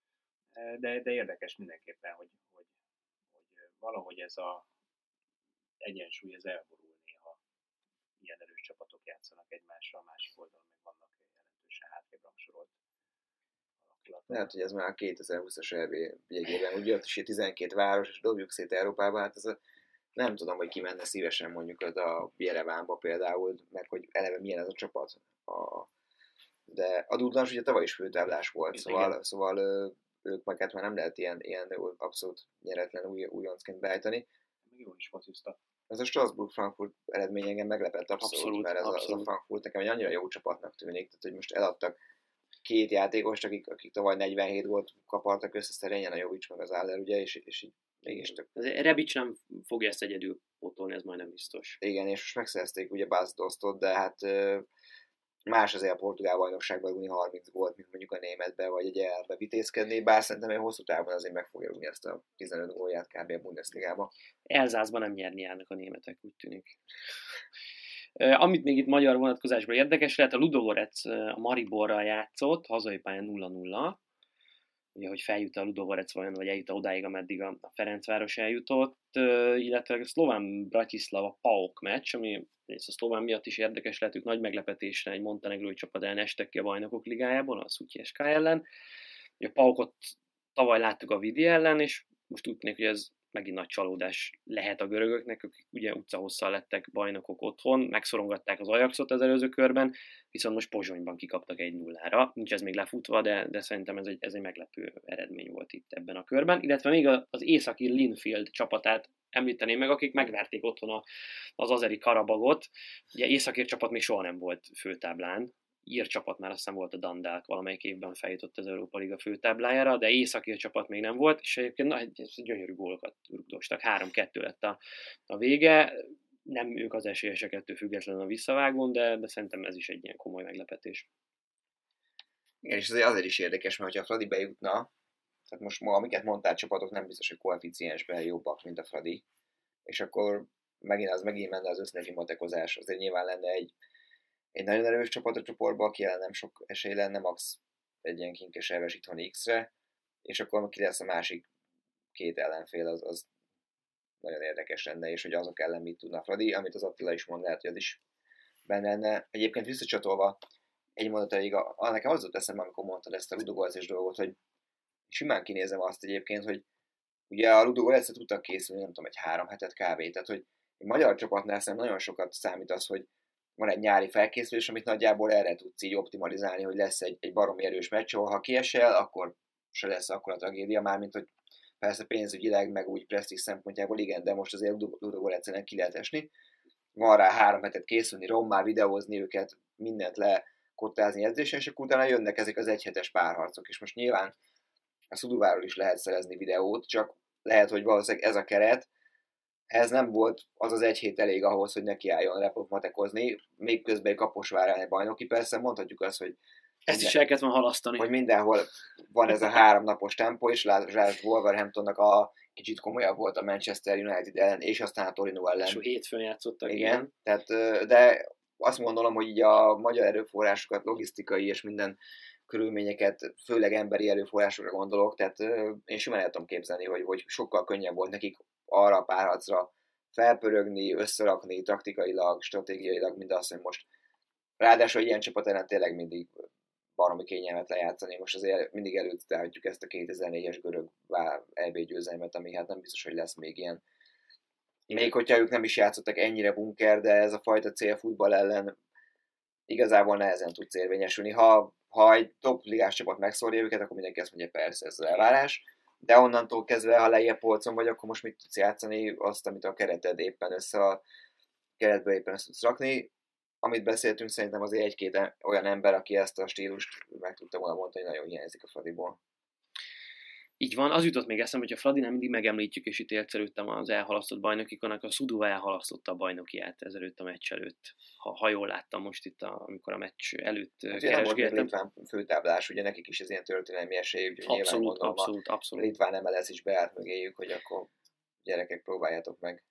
De érdekes mindenképpen, hogy valahogy ez a egyensúly ez elborul néha. Ilyen erős csapatok játszanak egymással, a másik oldalon meg vannak jelentősen hátrébb rangsorolt alakulatok. Lehet, hogy ez már a 2020-as EB jegyében, ugye ott is 12 város, és dobjuk szét Európába, hát ez nem tudom, hogy ki menne szívesen mondjuk a Jerevánba például, meg hogy eleve milyen ez a csapat. De a Dudlans ugye tavaly is főtáblás volt, szóval ők meg hát már nem lehet ilyen abszolút nyeretlen újoncként beállítani. Jól is fociztak. Ez a Strasbourg-Frankfurt eredmény engem meglepett abszolút, mert ez a Frankfurt nekem egy annyira jó csapatnak tűnik, tehát hogy most eladtak 2 játékost, akik tavaly 47 gólt kapartak össze, szerényen a Jovic meg az Aller, ugye, és így mégis tök. Rebic nem fogja ezt egyedül pótolni, ez majdnem biztos. Igen, és most megszerezték ugye Bas Dostot, de hát más azért a portugál bajnokságban rúgni 30 gólt, mint mondjuk a németbe, vagy egy elbe vitézkedni, bár szerintem egy hosszú távon azért meg fogja rúgni ezt a 15 gólját kb. A Bundesligába. Elzászban nem nyerni állnak a németek, úgy tűnik. Amit még itt magyar vonatkozásban érdekes lehet, a Ludogorec a Mariborral játszott, hazai pályán 0-0. Ugye, hogy feljut a Ludogorec vajon, vagy eljut odáig, ameddig a Ferencváros eljutott, illetve a szlován Bratislava PAOK meccs, ami a szlován miatt is érdekes lehet, ők nagy meglepetésre egy montenegrói csapat ellen estek ki a Bajnokok Ligájából, a Szutyi SK ellen. A PAOKot tavaly láttuk a Vidi ellen, és most úgy tűnik, hogy ez megint nagy csalódás lehet a görögöknek, akik ugye utcahosszal lettek bajnokok otthon, megszorongatták az Ajaxot az előző körben, viszont most Pozsonyban kikaptak 1-0-ra. Nincs ez még lefutva, de szerintem ez egy meglepő eredmény volt itt ebben a körben. Illetve még az északi Linfield csapatát említeném meg, akik megverték otthon az azeri Karabagot. Ugye északír csapat még soha nem volt főtáblán. Ír csapat már azt hiszem volt a Dundalk, valamelyik évben feljutott az Európa Liga főtáblájára, de északír csapat még nem volt, és egyébként gyönyörű gólokat rugdostak. 3-2 lett a vége. Nem ők az esélyesek ettől függetlenül a visszavágón, de szerintem ez is egy ilyen komoly meglepetés. Igen, és azért is érdekes, mert ha a Fradi bejutna, tehát most ma, amiket mondtál csapatok, nem biztos, hogy koeficiensben jobbak, mint a Fradi, és akkor megint menne az össznegi matekozás. Azért nyilván lenne egy nagyon erős csapat a csoportban, aki ellen nem sok esély lenne, max. Egy ilyen kinkes elves itthoni X-re, és akkor ki lesz a másik 2 ellenfél, az nagyon érdekes lenne, és hogy azok ellen mit tudna Fradi, amit az Attila is mond, lehet, hogy az is benne lenne. Egyébként visszacsatolva egy mondat elég, nekem az volt eszembe, amikor mondtad ezt a Ludogorec dolgot, hogy simán kinézem azt egyébként, hogy ugye a Ludogorec-re tudtak készülni, nem tudom, egy 3 hetet kb. Tehát, hogy egy magyar csapatnál szerintem nagyon sokat számít az, hogy van egy nyári felkészülés, amit nagyjából erre tudsz így optimalizálni, hogy lesz egy baromi erős meccs, ahol ha kiesel, akkor se lesz akkor a tragédia, mármint hogy persze pénzügyileg, meg úgy presztízs szempontjából igen, de most azért Ludogorec-en ki lehet esni. Van rá 3 hetet készülni, rommá videózni őket, mindent lekottázni edzésen, és akkor utána jönnek ezek az egyhetes párharcok, és most nyilván a Szuduváról is lehet szerezni videót, csak lehet, hogy valószínűleg ez a keret, ez nem volt az az 1 hét elég ahhoz, hogy nekiálljon repot matekozni, még közben egy Kaposvárán egy bajnoki, persze mondhatjuk azt, hogy ezt is el kellett volna halasztani. Hogy mindenhol van ez a 3 napos tempó, és lásd Wolverhamptonnak a kicsit komolyabb volt a Manchester United ellen, és aztán a Torino ellen. És hétfőn játszottak. Igen, tehát, de azt gondolom, hogy így a magyar erőforrásokat, logisztikai és minden körülményeket, főleg emberi erőforrásokra gondolok, tehát én simán el tudom képzelni, hogy sokkal könnyebb volt nekik arra a párharcra felpörögni, összerakni taktikailag, stratégiailag, mint azt, hogy most ráadásul egy ilyen csapat ellen tényleg mindig baromi kényelmet lejátszani. Most azért mindig előtt ezt a 2004-es görög EB győzelmet, ami hát nem biztos, hogy lesz még ilyen. Még hogyha ők nem is játszottak ennyire bunker, de ez a fajta célfutball ellen igazából nehezen tudsz érvényesülni. Ha egy top ligás csapat megszórja őket, akkor mindenki azt mondja, persze ez az elvárás, de onnantól kezdve, ha lejjebb polcon vagy, akkor most mit tudsz játszani, azt, amit a kereted éppen a keretből éppen össze tudsz rakni. Amit beszéltünk, szerintem azért egy-két olyan ember, aki ezt a stílust meg tudta volna mondani, hogy nagyon hiányzik a Fradiból. Így van, az jutott még eszembe, hogy a Fradinál mindig megemlítjük, és itt élszerültem az elhalasztott bajnokikon, a Sudova elhalasztotta a bajnokiát ezelőtt a meccs előtt. Ha jól láttam most itt, amikor a meccs előtt keresgéltem. Nem volt Litván főtáblás, ugye nekik is ez ilyen történelmi esély, úgyhogy abszolút. Litván MLS is beállt mögéjük, hogy akkor gyerekek, próbáljátok meg.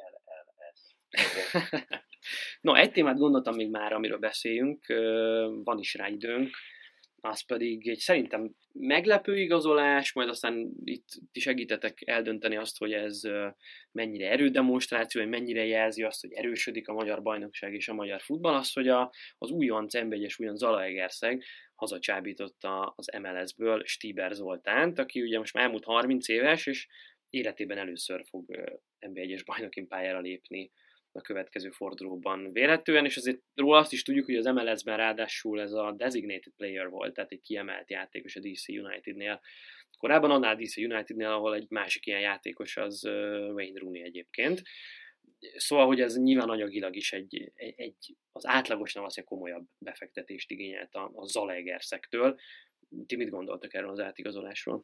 No, egy témát gondoltam még már, amiről beszéljünk, van is rá időnk, az pedig egy szerintem meglepő igazolás, majd aztán itt ti segítetek eldönteni azt, hogy ez mennyire erődemonstráció, hogy mennyire jelzi azt, hogy erősödik a magyar bajnokság és a magyar futball, az, hogy az újonc NB1-es újonc Zalaegerszeg hazacsábította az MLS-ből Stieber Zoltánt, aki ugye most már elmúlt 30 éves, és életében először fog NB1-es bajnokin pályára lépni a következő fordulóban vélhetően, és azért róla azt is tudjuk, hogy az MLS-ben ráadásul ez a designated player volt, tehát egy kiemelt játékos a DC Unitednél. Korábban annál DC Unitednél, ahol egy másik ilyen játékos az Wayne Rooney egyébként. Szóval, hogy ez nyilván anyagilag is az átlagosnál azt komolyabb befektetést igényelt a Zalaegerszegtől. Ti mit gondoltak erről az átigazolásról?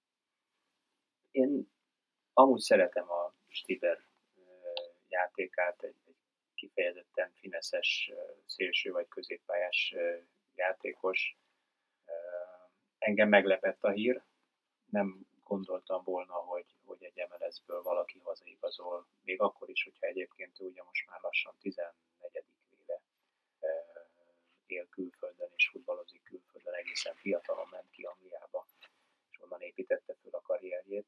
Én amúgy szeretem a Stieber játékát, egy kifejezetten fineszes szélső vagy középpályás játékos. Engem meglepett a hír, nem gondoltam volna, hogy egy MLS-ből valaki hazaigazol, még akkor is, hogyha egyébként ő ugye most már lassan 14. éve él külföldön és futballozik külföldön, egészen fiatalon ment ki Angliába, és onnan építette föl a karrierjét.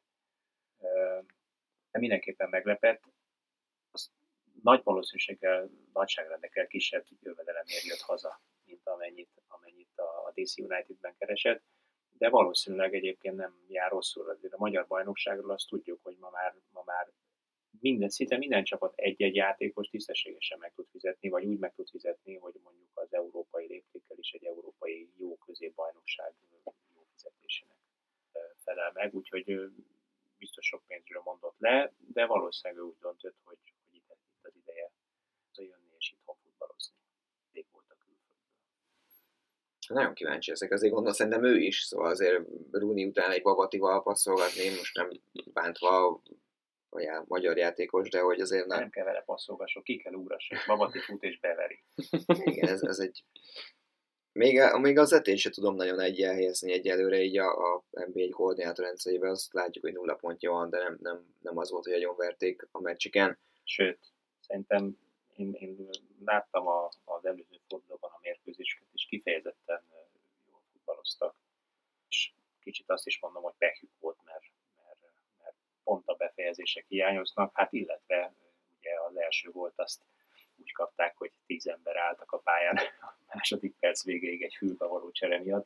De mindenképpen meglepett. Az nagy valószínűséggel, nagyságrendekkel kisebb jövedelemért jött haza, mint amennyit a DC Unitedben keresett, de valószínűleg egyébként nem jár rosszul. Azért a magyar bajnokságról azt tudjuk, hogy ma már szinte minden csapat egy-egy játékos tisztességesen meg tud fizetni, vagy úgy meg tud fizetni, hogy mondjuk az európai léptékkel is egy európai jó középbajnokság jó fizetésének felel meg, úgyhogy biztos sok pénzről mondott le, de valószínűleg úgy döntött, hogy itt az ideje jönni és itthon futballozni. Rég volt a külföldből. Nagyon kíváncsi ezek, azért gondolom, szerintem ő is, szóval azért Rooney után egy Babatival passzolgatni, most nem bántva a magyar játékos, de hogy azért nem kell vele passzolgasson, ki kell ugrasson, Babati fut és beveri. Igen, ez egy... Még az etén sem tudom nagyon elhelyezni egyelőre így a NB1 koordinátor rendszerében, azt látjuk, hogy 0 pontja van, de nem az volt, hogy agyonverték a meccseken. Sőt, szerintem én láttam az előző fordulóban a mérkőzéseket, és kifejezetten jól futballoztak. És kicsit azt is mondom, hogy pehjük volt, mert pont a befejezések hiányoznak, hát illetve ugye az első gólt azt úgy kapták, hogy 10 ember álltak a pályán a második perc végéig egy fülbe való csere miatt.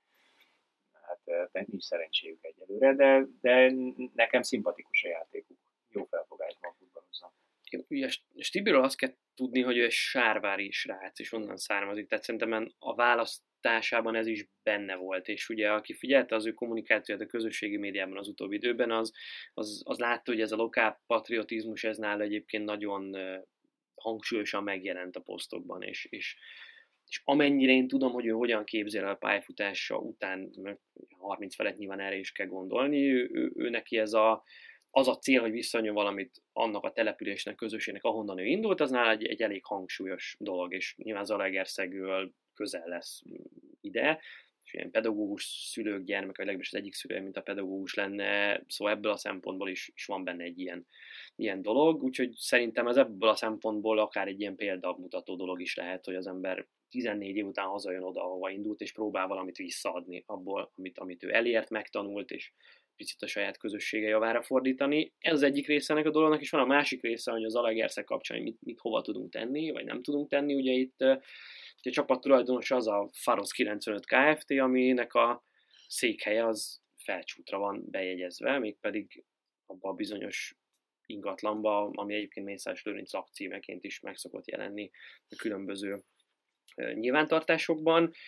Hát nincs szerencséjük egyelőre, de nekem szimpatikus a játékuk. Jó felfogásban futballoznak. Ugye Stieberről azt kell tudni, hogy ő egy sárvári srác, és onnan származik. Tehát szerintem a választásában ez is benne volt. És ugye aki figyelte az ő kommunikációt a közösségi médiában az utóbbi időben, az látta, hogy ez a lokál patriotizmus, ez nála egyébként nagyon hangsúlyosan megjelent a posztokban, és amennyire én tudom, hogy ő hogyan képzel a pályafutása után, 30 felett nyilván erre is kell gondolni, ő neki az a cél, hogy visszanyom valamit annak a településnek, közösségnek, ahonnan ő indult, az nála egy elég hangsúlyos dolog, és nyilván Zalaegerszegről közel lesz ide. és ilyen pedagógus szülők gyermek, vagy legalábbis az egyik szülő, mint a pedagógus lenne, szóval ebből a szempontból is van benne egy ilyen dolog, úgyhogy szerintem ez ebből a szempontból akár egy ilyen példamutató dolog is lehet, hogy az ember 14 év után hazajön oda, ahova indult, és próbál valamit visszaadni abból, amit ő elért, megtanult, és picit a saját közössége javára fordítani. Ez az egyik része ennek a dolognak, és van a másik része, hogy az Zalaegerszeg kapcsán mit hova tudunk tenni, vagy nem tudunk tenni. Ugye itt a csapat tulajdonos az a Faros 95 Kft., aminek a székhelye az Felcsútra van bejegyezve, mégpedig abban a bizonyos ingatlanba, ami egyébként Mészáros Lőrinc lakcímeként is meg szokott jelenni a különböző nyilvántartásokban.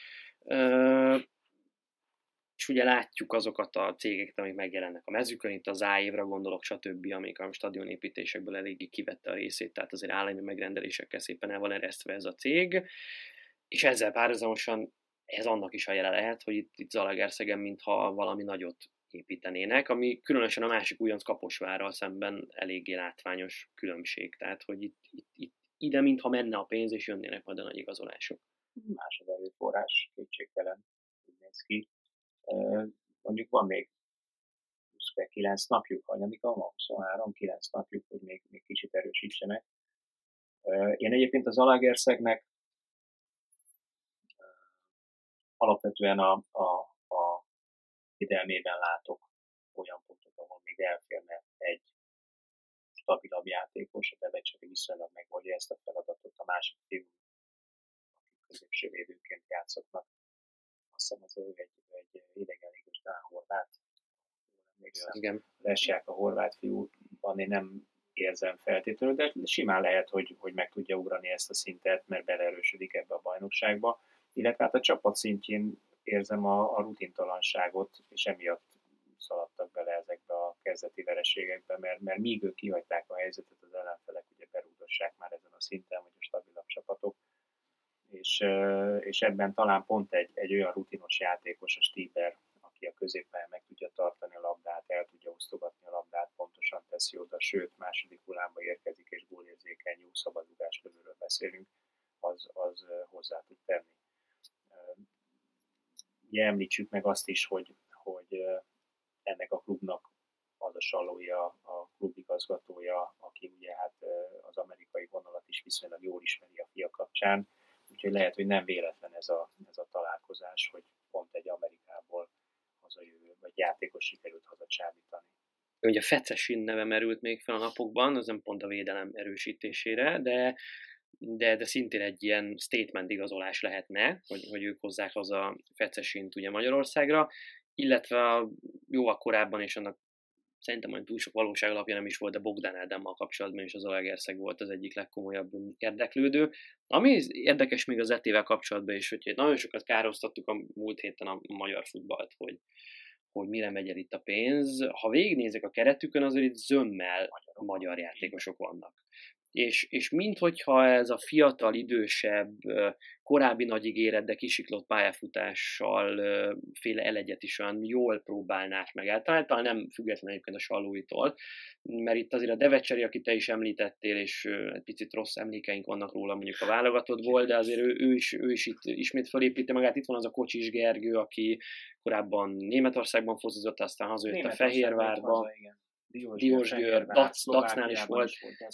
És ugye látjuk azokat a cégeket, amik megjelennek a mezőkön, itt az Záévra gondolok, stb., amik a stadionépítésekből eléggé kivette a részét, tehát azért állami megrendelésekkel szépen el van eresztve ez a cég, és ezzel párhuzamosan ez annak is a jele lehet, hogy itt Zalaegerszegen mintha valami nagyot építenének, ami különösen a másik újonc Kaposvárral szemben eléggé látványos különbség, tehát hogy itt ide mintha menne a pénz, és jönnének majd a nagy igazolások. Más az erőforrás, kétségtelen, úgy néz ki. Mondjuk van még 9 napjuk, hanyadika, ma 23, 9 napjuk, hogy még kicsit erősítsenek. Én egyébként az Zalaegerszegnek alapvetően a védelmében látok olyan pontot, ahol még elférne egy stabilabb játékos, a Devecseri viszonylag megoldja ezt a feladatot, a másik fiú, akik középső védőként játszottak. Azt hiszem, az egy idegen ligás talán horvát. Igen. Lesják a horvát fiúban, én nem érzem feltétlenül, de simán lehet, hogy meg tudja ugrani ezt a szintet, mert beleerősödik ebbe a bajnokságba. Illetve hát a csapat szintjén érzem a rutintalanságot, és emiatt szaladtak bele ezekbe a kezdeti vereségekbe, mert míg ők kihagyták a helyzetet, az ellenfelek ugye berúgdossák már ezen a szinten, hogy a stabilabb csapatok, és ebben talán pont egy olyan rutinos játékos, a Stieber, aki a középpályán meg tudja tartani a labdát, el tudja osztogatni a labdát, pontosan teszi oda, sőt, második hullámba érkezik, és gólérzékeny, jó szabadrugás lövőről beszélünk, az hozzá tud tenni. Ugye említsük meg azt is, hogy ennek a klubnak az a Sallója, a klubigazgatója, aki ugye hát az amerikai vonalat is viszonylag jól ismeri a fia kapcsán, úgyhogy lehet, hogy nem véletlen ez a találkozás, hogy pont egy Amerikából hazajövő, vagy játékos sikerült hazacsábítani. Ugye Fecesin neve merült még fel a napokban, az nem pont a védelem erősítésére, de szintén egy ilyen statement igazolás lehetne, hogy ők hozzák haza Fecesint ugye Magyarországra, illetve jóval korábban, és annak szerintem olyan túl sok valóság alapja nem is volt, de Bogdán Ádámmal kapcsolatban is az Zalaegerszeg volt az egyik legkomolyabb érdeklődő. Ami érdekes még az ET-vel kapcsolatban is, hogy nagyon sokat károztattuk a múlt héten a magyar futballt, hogy mire megy el itt a pénz. Ha végignézek a keretükön, azért itt zömmel magyar játékosok vannak. És minthogyha ez a fiatal, idősebb, korábbi nagy ígéret, de kisiklott pályafutással féle elegyet is olyan jól próbálnák meg eltalálni, talán nem független egyébként a Sallóitól, mert itt azért a Devecseri, akit te is említettél, és egy picit rossz emlékeink vannak róla mondjuk a válogatottból, de azért ő is itt ismét felépíti magát. Itt van az a Kocsis Gergő, aki korábban Németországban focozott, aztán hazajött a Fehérvárba. Diós Győr, Dacnál is volt,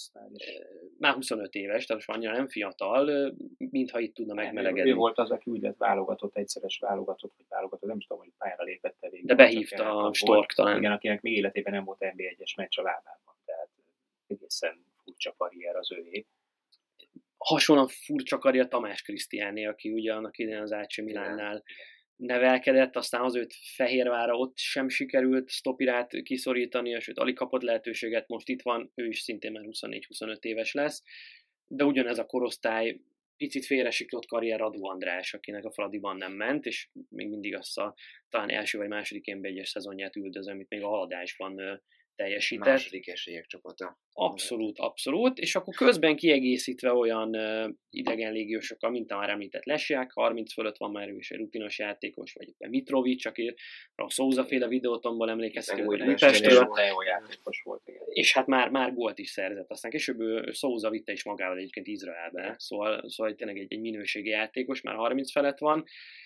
már 25 éves, tehát most annyira nem fiatal, mintha itt tudna megmelegedni. Ő volt az, aki úgy lett válogatott, egyszeres válogatott, nem is tudom, hogy pályára lépett elég. De behívta a Stork talán. Igen, akinek még életében nem volt NB1-es meccs a lábában, tehát egészen furcsa karrier az övé. Hasonlóan furcsa karrier Tamás Krisztiánné, aki ugye annak idején az AC Milánnál nevelkedett, aztán az őt Fehérvárra ott sem sikerült Stopirát kiszorítani, sőt alig kapott lehetőséget, most itt van, ő is szintén már 24-25 éves lesz, de ugyanez a korosztály, picit félresiklott karrier Radó András, akinek a Fradiban nem ment, és még mindig azt a talán első vagy második NB1-es szezonját üldöző, amit még a haladásban teljesített. Második esélyek csapata. Abszolút, és akkor közben kiegészítve olyan idegen légiósokkal, mint a már említett Lesják, 30 fölött van már ő is egy rutinos játékos, vagy éppen Mitrovic, aki a Souza féle videótomból emlékeztek, hogy játékos volt, igen. És hát már gólt is szerzett, aztán később Souza vitte is magával egyébként Izraelbe, szóval tényleg egy minőségi játékos, már 30 felett van.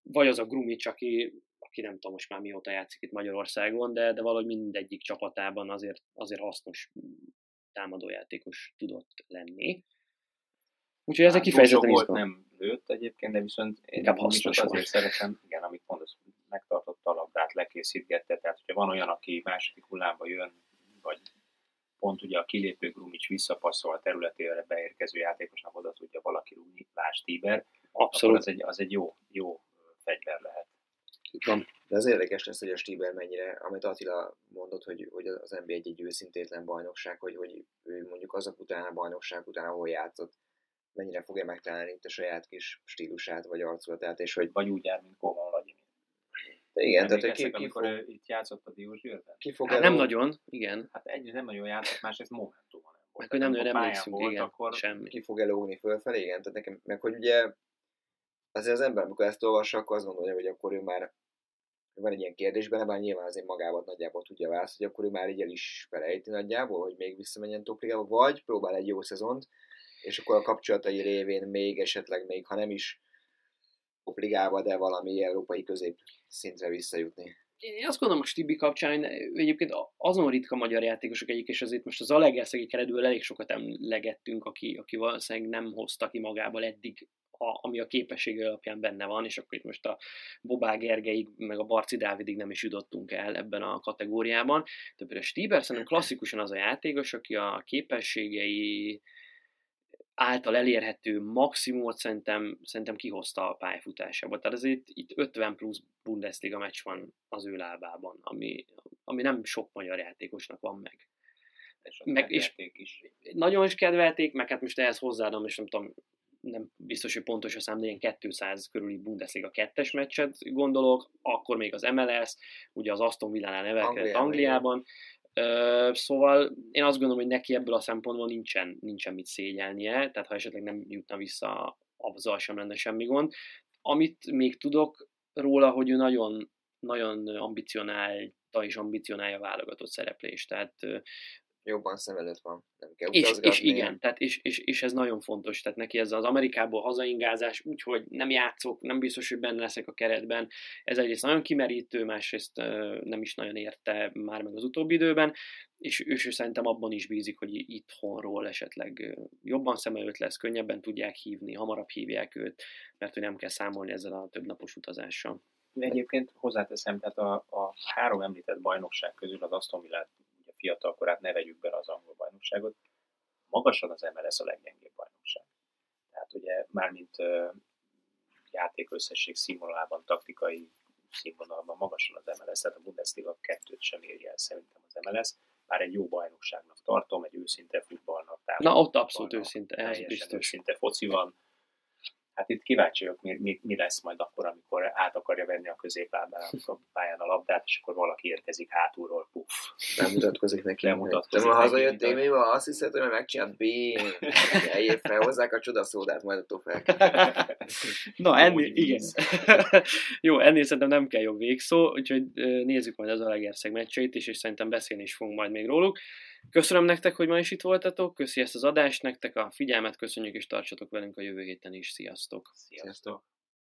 vagy az a Grumic, aki nem tudom most már mióta játszik itt Magyarországon, de valahogy mindegyik csapatában azért hasznos támadójátékos tudott lenni. Úgyhogy ezek kifejezetten volt nem lőtt egyébként, de viszont inkább hasznos azért szeretem, igen, amit mondasz, megtartotta a labdát, lekészítgette, tehát hogyha van olyan, aki második hullámba jön, vagy pont ugye a kilépő Grumic visszapasszol a területére beérkező játékosnak oda tudja valaki rúgni, lásd Tíber, akkor az egy jó fegyver lehet. Van. De az érdekes lesz, hogy a Stieber mennyire, amit Attila mondott, hogy az NB egy őszintétlen bajnokság, hogy ő mondjuk azok után a bajnokság után, ahol játszott, mennyire fogja megtalálni itt a saját kis stílusát, vagy arculatát, és hogy... Vagy úgy jár, mint Kovan Vladimir. De igen, tehát amikor itt játszott a Diósgyőrben? Nem nagyon, igen. Hát egyrészt nem nagyon játszott, másrészt momentumon nem volt. Meg hogy nem emlékszünk, igen, akkor semmi. Ki fog elógni fölfelé, igen, tehát nekem, meg hogy ugye azért az ember, amikor ezt olvassa, akkor azt gondolja, hogy akkor ő már van egy ilyen kérdés benne, bár nyilván azért magában nagyjából tudja választ, hogy akkor ő már így el is felejti nagyjából, hogy még visszamenjen topligába, vagy próbál egy jó szezont, és akkor a kapcsolatai révén még esetleg, még ha nem is topligába, de valami európai középszintre visszajutni. Én azt gondolom, a Stibi kapcsán egyébként azon ritka magyar játékosok egyik, és azért most az Zalaegerszegi keretből elég sokat emlegettünk, aki valószínűleg nem hozta ki magával eddig, ami a képessége alapján benne van, és akkor itt most a Bobá Gergelyig, meg a Barci Dávidig nem is jutottunk el ebben a kategóriában. De például a Stieber szerintem klasszikusan az a játékos, aki a képességei által elérhető maximumot szerintem kihozta a pályafutásából. Tehát azért itt 50 plusz Bundesliga meccs van az ő lábában, ami nem sok magyar játékosnak van meg. És is. Nagyon is kedvelték, meg hát most ehhez hozzáadom, és nem tudom, nem biztos, hogy pontos a szám, de ilyen 200 körüli Bundesliga 2-es meccset gondolok, akkor még az MLS, ugye az Aston Villánál nevelkedett Angliában. Szóval én azt gondolom, hogy neki ebből a szempontból nincsen mit szégyelnie, tehát ha esetleg nem jutna vissza, azzal sem lenne semmi gond. Amit még tudok róla, hogy ő nagyon, nagyon ambicionálta és ambicionálja a válogatott szereplést, tehát jobban szem előtt van, nem kell utazgatni. És igen, tehát és ez nagyon fontos, tehát neki ez az Amerikából hazaingázás, úgyhogy nem játszok, nem biztos, hogy benne leszek a keretben, ez egyrészt nagyon kimerítő, másrészt nem is nagyon érte már meg az utóbbi időben, és ő szerintem abban is bízik, hogy itthonról esetleg jobban szem előtt lesz, könnyebben tudják hívni, hamarabb hívják őt, mert hogy nem kell számolni ezzel a többnapos utazással. Egyébként hozzáteszem, tehát a három említett bajnokság közül az Aston Villát fiatal korát ne vegyük bele az angol bajnokságot, magasan az MLS a leggyengébb bajnokság. Tehát ugye mármint játékösszesség színvonalában, taktikai színvonalban magasan az MLS, tehát a Bundesliga 2-t sem érje el szerintem az MLS, már egy jó bajnokságnak tartom, egy őszinte futballnak. Na ott abszolút őszinte, ez biztos. Őszinte foci van. Hát itt kíváncsi vagyok, mi lesz majd akkor, amikor át akarja venni a középlábán a pályán a labdát, és akkor valaki érkezik hátulról, puff. Nem mutatkozik neki. De ha hazajött témével, azt hiszed, hogy megcsinált eljél fel, hozzák a csodaszódát, majd attól fel. Na, ennél, igen. Jó, ennél szerintem nem kell jobb végszó, úgyhogy nézzük majd az Zalaegerszeg meccseit is, és szerintem beszélni is fogunk majd még róluk. Köszönöm nektek, hogy ma is itt voltatok, köszi ezt az adást nektek, a figyelmet köszönjük, és tartsatok velünk a jövő héten is. Sziasztok! Sziasztok!